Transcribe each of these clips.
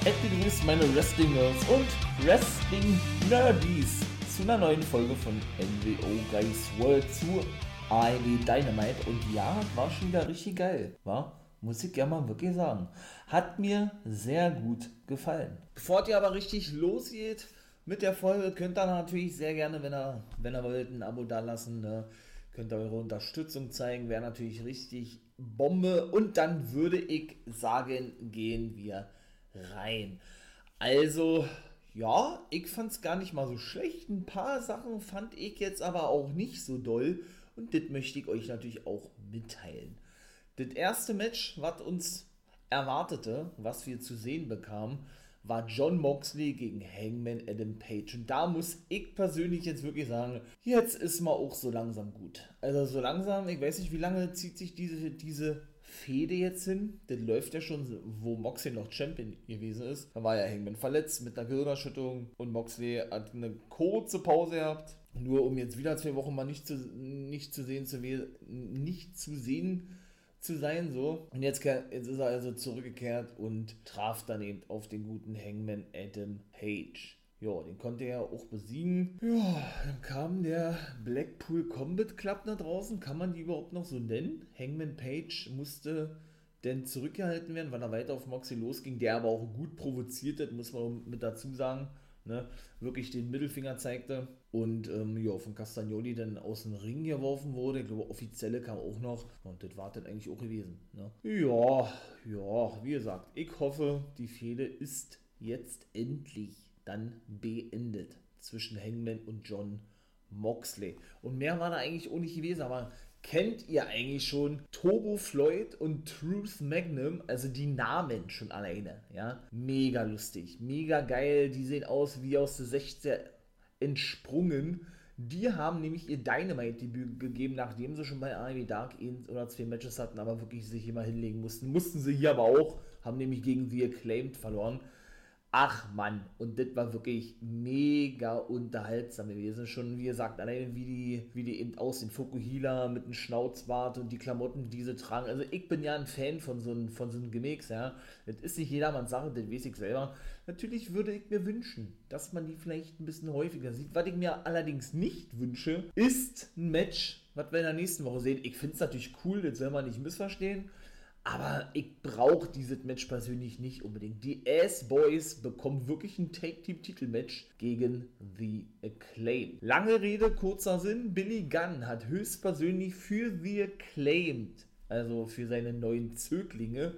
Begrüßt meine Wrestling-Nerds und Wrestling-Nerdies zu einer neuen Folge von NWO Guys World zu AEW Dynamite. Und ja, war schon wieder richtig geil, war? Muss ich ja mal wirklich sagen. Hat mir sehr gut gefallen. Bevor es aber richtig losgeht mit der Folge, könnt ihr natürlich sehr gerne, wenn ihr wollt, ein Abo dalassen, ne? Könnt ihr eure Unterstützung zeigen, wäre natürlich richtig Bombe. Und dann würde ich sagen, gehen wir rein. Also, ja, ich fand es gar nicht mal so schlecht. Ein paar Sachen fand ich jetzt aber auch nicht so doll. Und das möchte ich euch natürlich auch mitteilen. Das erste Match, was uns erwartete, was wir zu sehen bekamen, war Jon Moxley gegen Hangman Adam Page. Und da muss ich persönlich jetzt wirklich sagen, jetzt ist mal auch so langsam gut. Also so langsam, ich weiß nicht, wie lange zieht sich diese Fehde jetzt hin. Das läuft ja schon, wo Moxley noch Champion gewesen ist. Da war ja Hangman verletzt mit einer Gehirnerschütterung und Moxley hat eine kurze Pause gehabt. Nur um jetzt wieder 2 Wochen mal nicht zu sehen zu sein, so. Und jetzt ist er also zurückgekehrt und traf dann eben auf den guten Hangman Adam Page. Ja, den konnte er auch besiegen. Ja, dann kam der Blackpool Combat Club nach draußen. Kann man die überhaupt noch so nennen? Hangman Page musste denn zurückgehalten werden, weil er weiter auf Moxley losging, der aber auch gut provoziert hat, muss man mit dazu sagen. Ne, wirklich den Mittelfinger zeigte und von Castagnoli dann aus dem Ring geworfen wurde. Ich glaube, Offizielle kam auch noch und das war dann eigentlich auch gewesen. Ne? Ja, wie gesagt, ich hoffe, die Fehde ist jetzt endlich dann beendet zwischen Hangman und Jon Moxley. Und mehr war da eigentlich auch nicht gewesen, aber kennt ihr eigentlich schon Turbo Floyd und Truth Magnum? Also die Namen schon alleine, ja? Mega lustig, mega geil. Die sehen aus wie aus der 60er entsprungen. Die haben nämlich ihr Dynamite-Debüt gegeben, nachdem sie schon bei AEW Dark 1 oder 2 Matches hatten, aber wirklich sich immer hinlegen mussten. Mussten sie hier aber auch, haben nämlich gegen The Acclaimed verloren. Ach Mann, und das war wirklich mega unterhaltsam gewesen. Schon wie gesagt, alleine wie die eben aussehen. Fukuhila mit einem Schnauzbart und die Klamotten, die sie tragen. Also ich bin ja ein Fan von so einem Gimmicks, ja. Das ist nicht jedermanns Sache, das weiß ich selber. Natürlich würde ich mir wünschen, dass man die vielleicht ein bisschen häufiger sieht. Was ich mir allerdings nicht wünsche, ist ein Match, was wir in der nächsten Woche sehen. Ich finde es natürlich cool, das soll man nicht missverstehen. Aber ich brauche dieses Match persönlich nicht unbedingt. Die Ass-Boys bekommen wirklich ein Tag-Team-Titel-Match gegen The Acclaimed. Lange Rede, kurzer Sinn. Billy Gunn hat höchstpersönlich für The Acclaimed, also für seine neuen Zöglinge,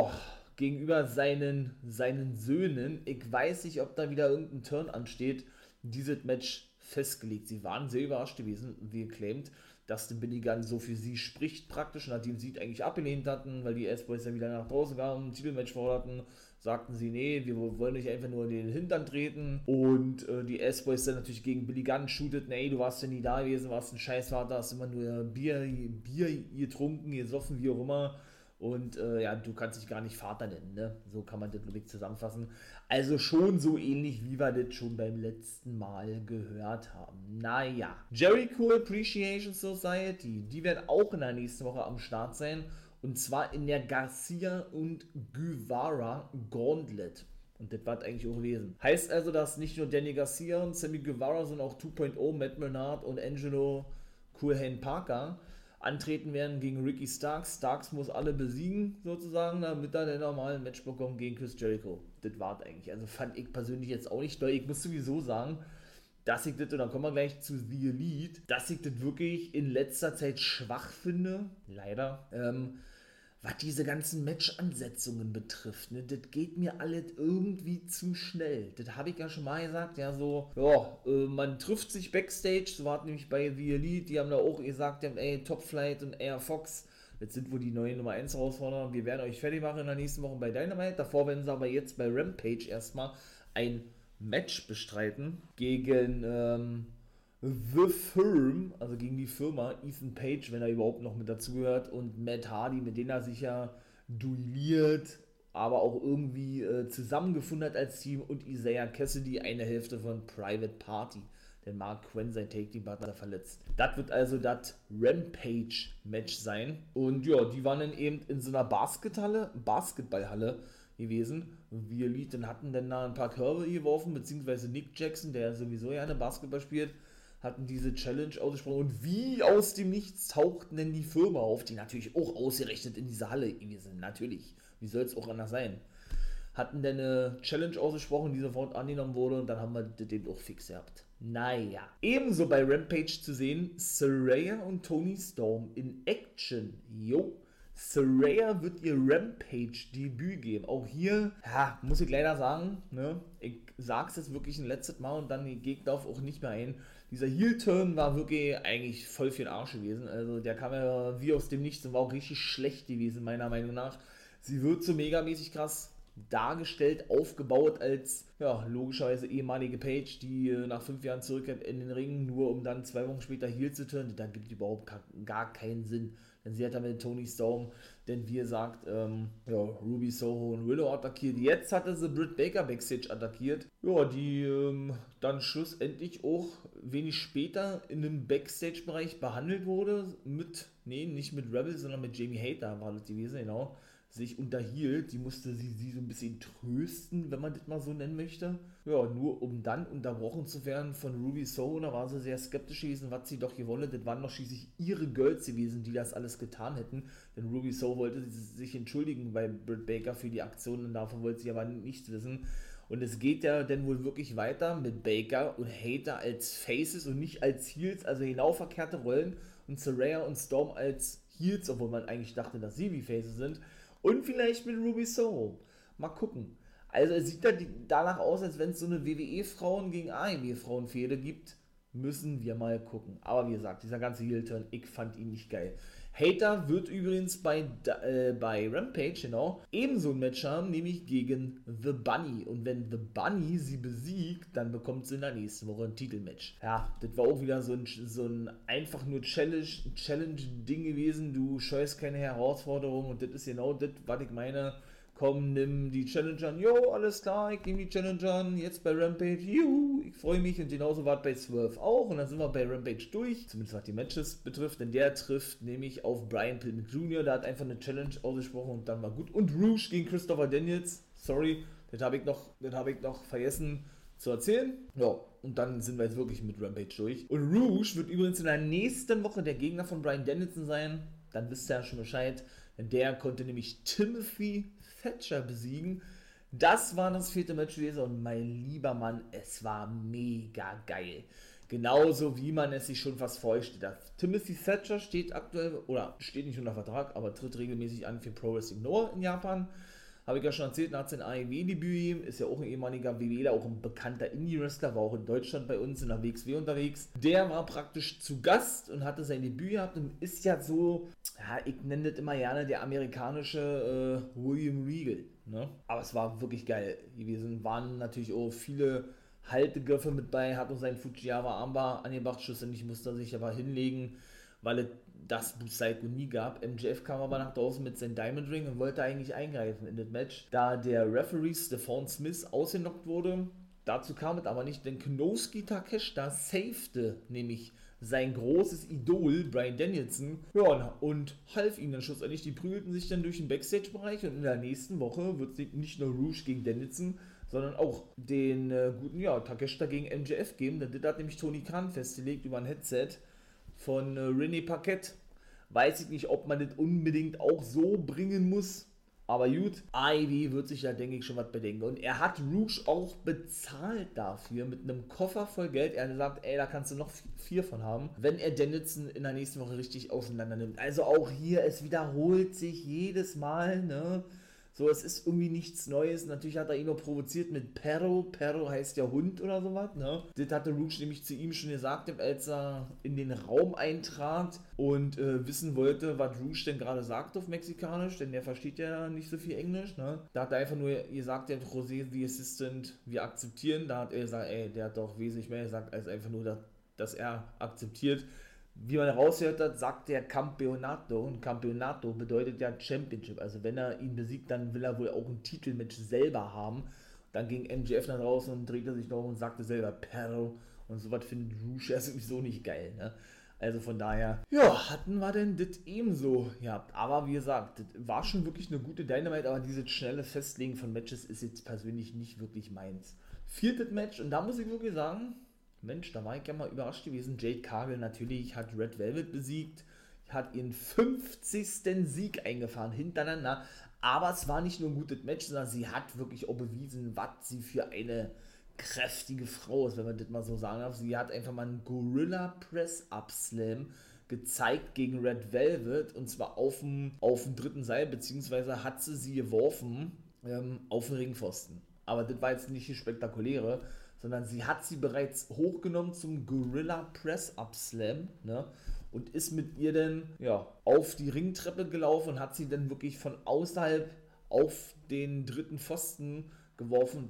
gegenüber seinen Söhnen, ich weiß nicht, ob da wieder irgendein Turn ansteht, dieses Match festgelegt. Sie waren sehr überrascht gewesen, The Acclaimed, dass der Billy Gunn so für sie spricht praktisch, nachdem sie es eigentlich abgelehnt hatten, weil die Ass-Boys ja wieder nach draußen kamen, ein Titelmatch forderten, sagten sie, nee, wir wollen nicht einfach nur in den Hintern treten. Und die Ass-Boys dann natürlich gegen Billy Gunn shooteten, ey, du warst ja nie da gewesen, warst ein Scheißvater, hast immer nur Bier getrunken, gesoffen, wie auch immer. Und du kannst dich gar nicht Vater nennen, ne? So kann man das wirklich zusammenfassen. Also schon so ähnlich, wie wir das schon beim letzten Mal gehört haben. Naja. Jericho Appreciation Society, die werden auch in der nächsten Woche am Start sein. Und zwar in der Garcia und Guevara Gauntlet. Und das war eigentlich auch gewesen. Heißt also, dass nicht nur Danny Garcia und Sammy Guevara, sondern auch 2.0, Matt Menard und Angelo Coolhane Parker antreten werden gegen Ricky Starks. Starks muss alle besiegen, sozusagen, damit er dann nochmal ein Match bekommt gegen Chris Jericho. Das war's eigentlich. Also fand ich persönlich jetzt auch nicht, weil ich muss sowieso sagen, dass ich das, und dann kommen wir gleich zu The Elite, dass ich das wirklich in letzter Zeit schwach finde, leider, was diese ganzen Match-Ansetzungen betrifft, ne, das geht mir alles irgendwie zu schnell. Das habe ich ja schon mal gesagt, man trifft sich Backstage, so war es nämlich bei The Elite, die haben da auch gesagt, Top Flight und Air Fox, jetzt sind wohl die neuen Nummer 1 Herausforderer, wir werden euch fertig machen in der nächsten Woche bei Dynamite, davor werden sie aber jetzt bei Rampage erstmal ein Match bestreiten gegen The Firm, also gegen die Firma, Ethan Page, wenn er überhaupt noch mit dazugehört, und Matt Hardy, mit denen er sich ja duelliert, aber auch irgendwie zusammengefunden hat als Team, und Isaiah Cassidy, eine Hälfte von Private Party. Denn Mark Quinn, sein Take-Team-Partner, verletzt. Das wird also das Rampage-Match sein. Und ja, die waren dann eben in so einer Basketballhalle gewesen. Wir Elite hatten dann da ein paar Körbe geworfen, beziehungsweise Nick Jackson, der sowieso ja eine Basketball spielt, hatten diese Challenge ausgesprochen und wie aus dem Nichts tauchten denn die Firma auf, die natürlich auch ausgerechnet in dieser Halle gewesen sind, natürlich, wie soll es auch anders sein, hatten dann eine Challenge ausgesprochen, die sofort angenommen wurde und dann haben wir den auch fix gehabt. Naja. Ebenso bei Rampage zu sehen, Saraya und Toni Storm in Action. Jo. Saraya wird ihr Rampage-Debüt geben. Auch hier, ja, muss ich leider sagen, ne, ich sag's jetzt wirklich ein letztes Mal und dann gehe ich darauf auch nicht mehr ein. Dieser Heel-Turn war wirklich eigentlich voll für den Arsch gewesen. Also der kam ja wie aus dem Nichts und war auch richtig schlecht gewesen, meiner Meinung nach. Sie wird so megamäßig krass dargestellt, aufgebaut als, ja, logischerweise ehemalige Paige, die nach 5 Jahren zurückkehrt in den Ring, nur um dann 2 Wochen später Heel zu turnen. Da gibt überhaupt gar keinen Sinn. Denn sie hat dann mit Toni Storm, denn wie gesagt, Ruby Soho und Willow attackiert. Jetzt hatte sie Britt Baker Backstage attackiert. Ja, die dann schlussendlich auch wenig später in einem Backstage-Bereich behandelt wurde nicht mit Rebel, sondern mit Jamie Hayter war das gewesen, genau. Sich unterhielt, die musste sie so ein bisschen trösten, wenn man das mal so nennen möchte. Ja, nur um dann unterbrochen zu werden von Ruby Soho, da war sie sehr skeptisch gewesen, was sie doch gewollt, das waren doch schließlich ihre Girls gewesen, die das alles getan hätten, denn Ruby Soho wollte sich entschuldigen bei Britt Baker für die Aktion und davon wollte sie aber nichts wissen. Und es geht ja dann wohl wirklich weiter mit Baker und Hayter als Faces und nicht als Heels, also genau verkehrte Rollen und Saraya und Storm als Heels, obwohl man eigentlich dachte, dass sie wie Faces sind. Und vielleicht mit Ruby Soho. Mal gucken. Also es sieht danach aus, als wenn es so eine WWE-Frauen gegen AEW-Frauen-Fehde gibt. Müssen wir mal gucken. Aber wie gesagt, dieser ganze Heel-Turn, ich fand ihn nicht geil. Hayter wird übrigens bei Rampage, genau, ebenso ein Match haben, nämlich gegen The Bunny. Und wenn The Bunny sie besiegt, dann bekommt sie in der nächsten Woche ein Titelmatch. Ja, das war auch wieder so ein einfach nur Challenge-Ding gewesen. Du scheust keine Herausforderung und das ist genau das, was ich meine. Komm, nimm die Challenge an. Jo, alles klar, ich nehme die Challenge an. Jetzt bei Rampage. Juhu, ich freue mich. Und genauso war es bei Swerve auch. Und dann sind wir bei Rampage durch. Zumindest was die Matches betrifft. Denn der trifft nämlich auf Brian Pillman Jr. Der hat einfach eine Challenge ausgesprochen und dann war gut. Und Rouge gegen Christopher Daniels. Sorry, das habe ich noch vergessen zu erzählen. Ja, und dann sind wir jetzt wirklich mit Rampage durch. Und Rouge wird übrigens in der nächsten Woche der Gegner von Bryan Danielson sein. Dann wisst ihr ja schon Bescheid. Denn der konnte nämlich Timothy Thatcher besiegen. Das war das 4. Match gewesen und mein lieber Mann, es war mega geil. Genauso wie man es sich schon fast vorgestellt hat. Timothy Thatcher steht aktuell, oder steht nicht unter Vertrag, aber tritt regelmäßig an für Pro Wrestling Noah in Japan. Habe ich ja schon erzählt, nach sein AEW-Debüt, ist ja auch ein ehemaliger WWler, auch ein bekannter Indie-Wrestler, war auch in Deutschland bei uns in der WXW unterwegs. Der war praktisch zu Gast und hatte sein Debüt gehabt und ist ja so, ja, ich nenne das immer gerne der amerikanische William Regal, ne? Aber es war wirklich geil gewesen, waren natürlich auch viele Haltegriffe mit bei, hat uns sein Fujiwara Armbar angebracht, schlussendlich musste er sich aber hinlegen, weil es das Psycho nie gab. MJF kam aber nach draußen mit seinem Diamond Ring und wollte eigentlich eingreifen in das Match, da der Referee Stephon Smith ausgenockt wurde. Dazu kam es aber nicht, denn Konosuke Takeshita safete nämlich sein großes Idol Bryan Danielson, ja, und half ihm dann schlussendlich. Die prügelten sich dann durch den Backstage-Bereich und in der nächsten Woche wird es nicht nur Rouge gegen Danielson, sondern auch den guten, ja, Takeshita gegen MJF geben, denn das hat nämlich Tony Khan festgelegt über ein Headset von René Paquette. Weiß ich nicht, ob man das unbedingt auch so bringen muss. Aber gut, AEW wird sich da, denke ich, schon was bedenken. Und er hat Rouge auch bezahlt dafür mit einem Koffer voll Geld. Er hat gesagt, ey, da kannst du noch 4 von haben, wenn er Danielson in der nächsten Woche richtig auseinander nimmt. Also auch hier, es wiederholt sich jedes Mal, ne? So, es ist irgendwie nichts Neues. Natürlich hat er ihn noch provoziert mit Perro. Perro heißt ja Hund oder sowas, ne? Das hatte Rouge nämlich zu ihm schon gesagt, als er in den Raum eintrat und wissen wollte, was Rouge denn gerade sagt auf Mexikanisch, denn der versteht ja nicht so viel Englisch, ne? Da hat er einfach nur gesagt, der José, the Assistant, wir akzeptieren. Da hat er gesagt, ey, der hat doch wesentlich mehr gesagt, als einfach nur, dass er akzeptiert. Wie man raushört hat, sagt der Campeonato, und Campeonato bedeutet ja Championship, also wenn er ihn besiegt, dann will er wohl auch ein Titelmatch selber haben. Dann ging MJF dann raus und drehte sich noch und sagte selber Perro und sowas findet Rouge ja sowieso nicht geil, ne? Also von daher, ja, hatten wir denn das ebenso gehabt. Aber wie gesagt, das war schon wirklich eine gute Dynamite, aber dieses schnelle Festlegen von Matches ist jetzt persönlich nicht wirklich meins. Viertes Match, und da muss ich wirklich sagen, Mensch, da war ich ja mal überrascht gewesen. Jade Cargill natürlich hat Red Velvet besiegt, hat ihren 50. Sieg eingefahren hintereinander. Aber es war nicht nur ein gutes Match, sondern sie hat wirklich auch bewiesen, was sie für eine kräftige Frau ist, wenn man das mal so sagen darf. Sie hat einfach mal einen Gorilla Press-Up Slam gezeigt gegen Red Velvet, und zwar auf dem dritten Seil, beziehungsweise hat sie geworfen auf den Ringpfosten. Aber das war jetzt nicht die spektakuläre, sondern sie hat sie bereits hochgenommen zum Gorilla Press-Up Slam, ne? Und ist mit ihr dann ja, auf die Ringtreppe gelaufen und hat sie dann wirklich von außerhalb auf den dritten Pfosten geworfen.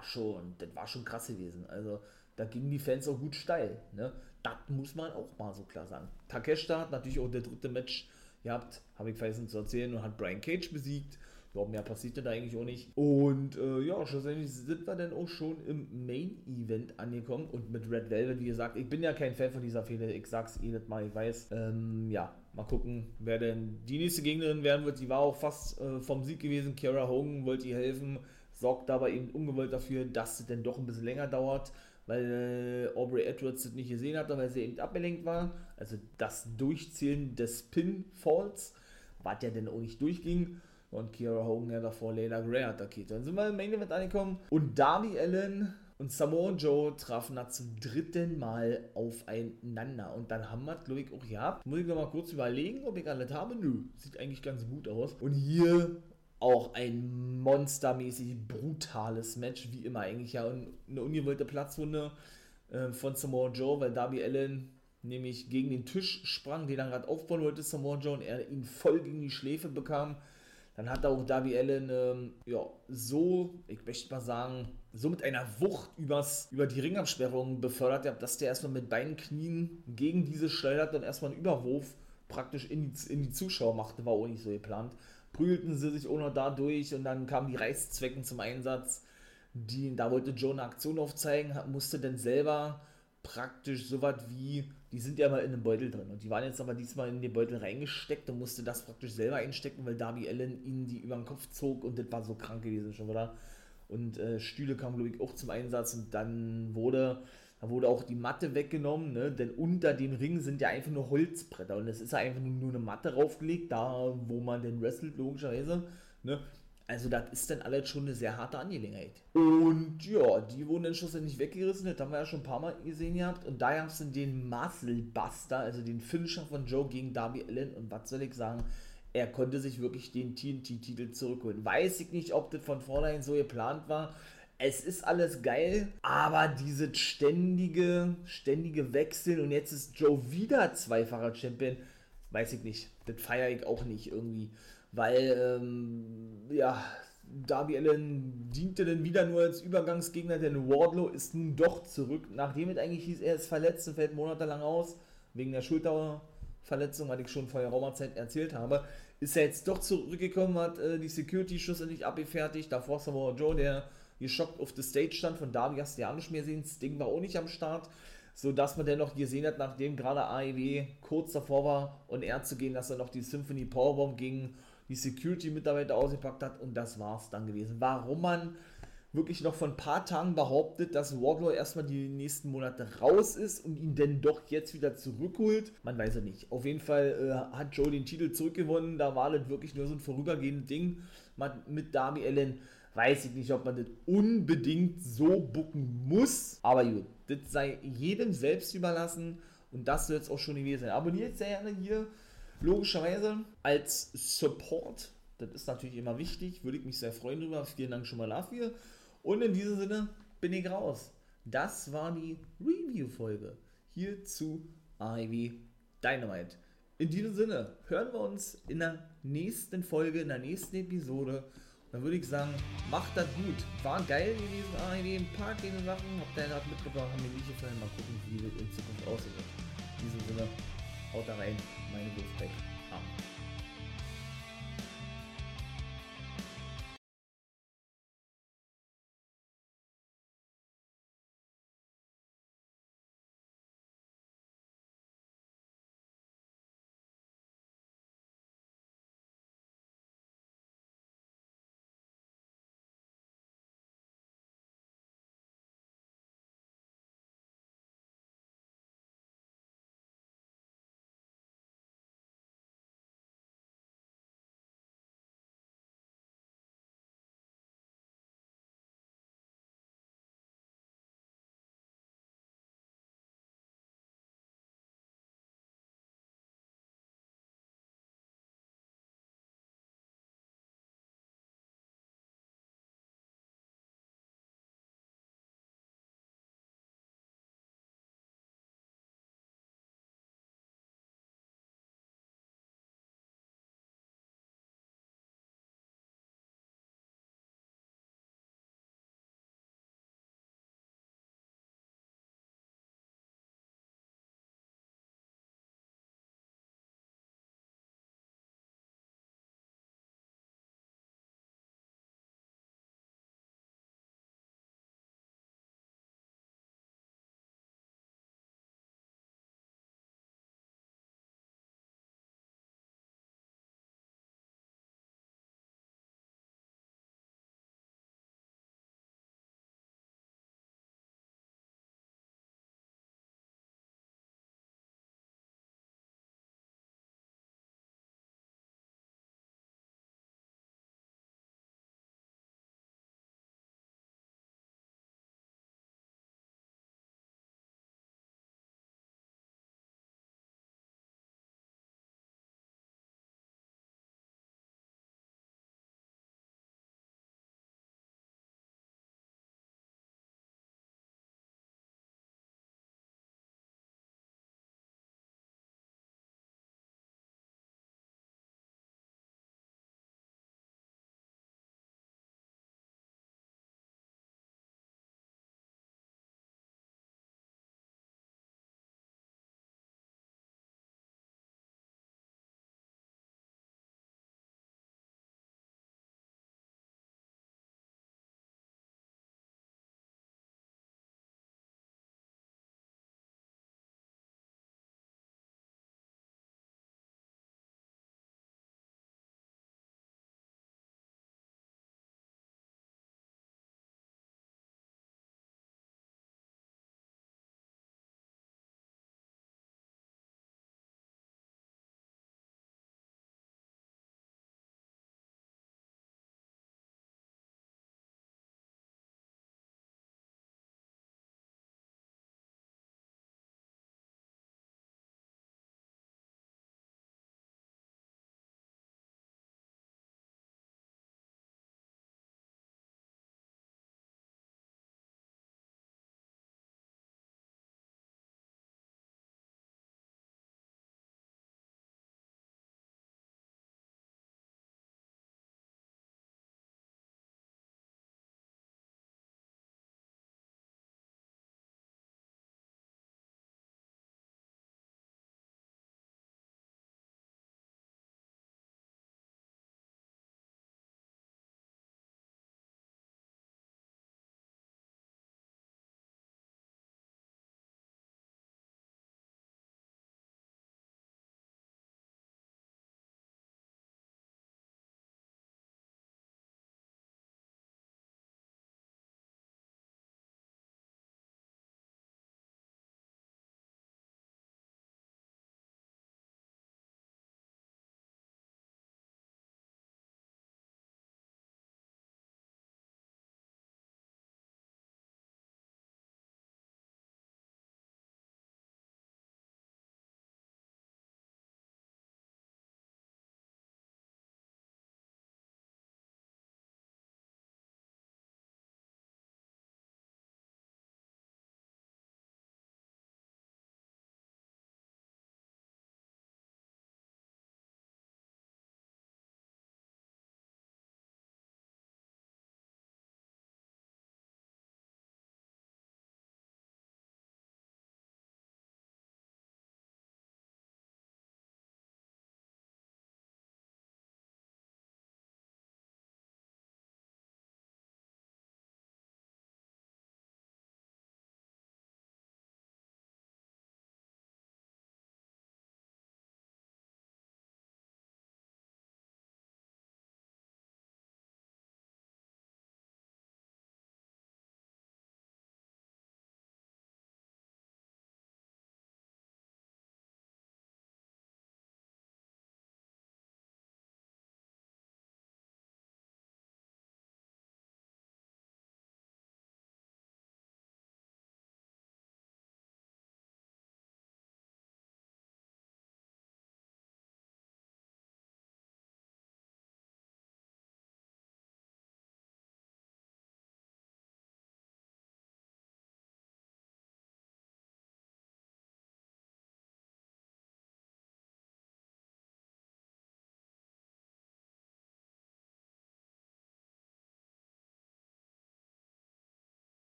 Das war schon krass gewesen. Also da gingen die Fans auch gut steil. Ne? Das muss man auch mal so klar sagen. Takeshita hat natürlich auch der dritte Match gehabt, habe ich vergessen zu erzählen, und hat Brian Cage besiegt. Überhaupt mehr passierte da eigentlich auch nicht. Und ja, schlussendlich sind wir dann auch schon im Main-Event angekommen. Und mit Red Velvet, wie gesagt, ich bin ja kein Fan von dieser Fehde. Ich sag's jedes Mal, ich weiß. Ja, mal gucken, wer denn die nächste Gegnerin werden wird. Die war auch fast vom Sieg gewesen. Kiera Hogan wollte ihr helfen, sorgt aber eben ungewollt dafür, dass es dann doch ein bisschen länger dauert, weil Aubrey Edwards das nicht gesehen hat, weil sie eben abgelenkt war. Also das Durchzählen des Pinfalls, was ja dann auch nicht durchging. Und Kiera Hogan ja davor Layla Gray attackiert. Dann sind wir im Main Event angekommen und Darby Allin und Samoa Joe trafen da zum dritten Mal aufeinander. Und dann haben wir es, glaube ich, auch gehabt. Muss ich noch mal kurz überlegen, ob ich alles habe. Nö, sieht eigentlich ganz gut aus. Und hier auch ein monstermäßig brutales Match, wie immer eigentlich. Ja, und eine ungewollte Platzwunde von Samoa Joe, weil Darby Allin nämlich gegen den Tisch sprang, den er gerade aufbauen wollte, Samoa Joe, und er ihn voll gegen die Schläfe bekam. Dann hat auch Darby Allin, ja, so, ich möchte mal sagen, so mit einer Wucht über die Ringabsperrung befördert, dass der erstmal mit beiden Knien gegen diese schleudert und erstmal einen Überwurf praktisch in die Zuschauer machte, war auch nicht so geplant. Prügelten sie sich auch noch da durch und dann kamen die Reißzwecken zum Einsatz. Da wollte Joe eine Aktion aufzeigen, musste dann selber praktisch so was wie, die sind ja mal in einem Beutel drin und die waren jetzt aber diesmal in den Beutel reingesteckt und musste das praktisch selber einstecken, weil Darby Allin ihnen die über den Kopf zog, und das war so krank gewesen schon wieder. Und Stühle kamen, glaube ich, auch zum Einsatz, und dann wurde auch die Matte weggenommen, ne? Denn unter dem Ring sind ja einfach nur Holzbretter und es ist ja einfach nur eine Matte raufgelegt, da wo man den wrestelt, logischerweise, ne? Also das ist dann alles schon eine sehr harte Angelegenheit. Und ja, die wurden dann schlussendlich weggerissen, das haben wir ja schon ein paar Mal gesehen gehabt. Und da gab es dann den Muscle Buster, also den Finisher von Joe gegen Darby Allin. Und was soll ich sagen, er konnte sich wirklich den TNT-Titel zurückholen. Weiß ich nicht, ob das von vornherein so geplant war. Es ist alles geil, aber dieses ständige Wechseln, und jetzt ist Joe wieder zweifacher Champion, weiß ich nicht. Das feiere ich auch nicht irgendwie. Weil, ja, Darby Allin diente dann wieder nur als Übergangsgegner, denn Wardlow ist nun doch zurück, nachdem es eigentlich hieß, er ist verletzt und fällt monatelang aus, wegen der Schulterverletzung, was ich schon vor geraumer Zeit erzählt habe, ist er jetzt doch zurückgekommen, hat die Security-Schüsse nicht abgefertigt, davor Samoa Joe, der geschockt auf der Stage stand, von Darby hast du ja nicht mehr sehen, Sting war auch nicht am Start, sodass man dann noch gesehen hat, nachdem gerade AEW kurz davor war, und er zu gehen, dass er noch die Symphony Powerbomb gegen die Security-Mitarbeiter ausgepackt hat, und das war's dann gewesen. Warum man wirklich noch vor ein paar Tagen behauptet, dass Wardlow erstmal die nächsten Monate raus ist und ihn dann doch jetzt wieder zurückholt, man weiß ja nicht. Auf jeden Fall hat Joe den Titel zurückgewonnen, da war das wirklich nur so ein vorübergehendes Ding mit Darby Allin. Weiß ich nicht, ob man das unbedingt so booken muss, aber gut, das sei jedem selbst überlassen, und das soll jetzt auch schon gewesen sein. Abonniert sehr gerne hier, logischerweise, als Support. Das ist natürlich immer wichtig, würde ich mich sehr freuen drüber. Vielen Dank schon mal dafür. Und in diesem Sinne bin ich raus. Das war die Review-Folge hier zu AEW Dynamite. In diesem Sinne hören wir uns in der nächsten Folge, in der nächsten Episode. Dann würde ich sagen, macht das gut. War geil gewesen, AEW, ein paar kleine Sachen. Habt ihr gerade mitgebracht, haben mir nicht gefallen. Mal gucken, wie das in Zukunft aussieht. In diesem Sinne, haut da rein, meine Wolfpack.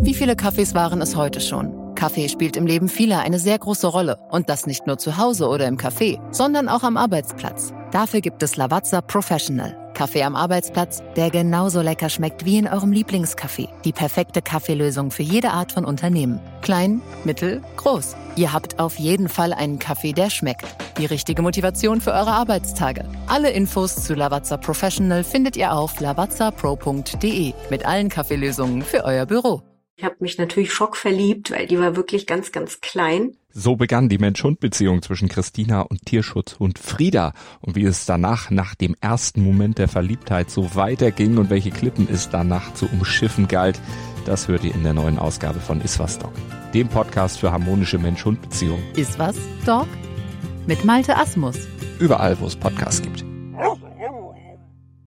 Wie viele Kaffees waren es heute schon? Kaffee spielt im Leben vieler eine sehr große Rolle. Und das nicht nur zu Hause oder im Café, sondern auch am Arbeitsplatz. Dafür gibt es Lavazza Professional. Kaffee am Arbeitsplatz, der genauso lecker schmeckt wie in eurem Lieblingscafé. Die perfekte Kaffeelösung für jede Art von Unternehmen. Klein, mittel, groß. Ihr habt auf jeden Fall einen Kaffee, der schmeckt. Die richtige Motivation für eure Arbeitstage. Alle Infos zu Lavazza Professional findet ihr auf lavazzapro.de mit allen Kaffeelösungen für euer Büro. Ich habe mich natürlich schockverliebt, weil die war wirklich ganz, ganz klein. So begann die Mensch-Hund-Beziehung zwischen Christina und Tierschutzhund Frieda. Und wie es danach, nach dem ersten Moment der Verliebtheit, so weiterging und welche Klippen es danach zu umschiffen galt, das hört ihr in der neuen Ausgabe von Iswas Dog, dem Podcast für harmonische Mensch-Hund-Beziehungen. Iswas Dog? Mit Malte Asmus. Überall, wo es Podcasts gibt.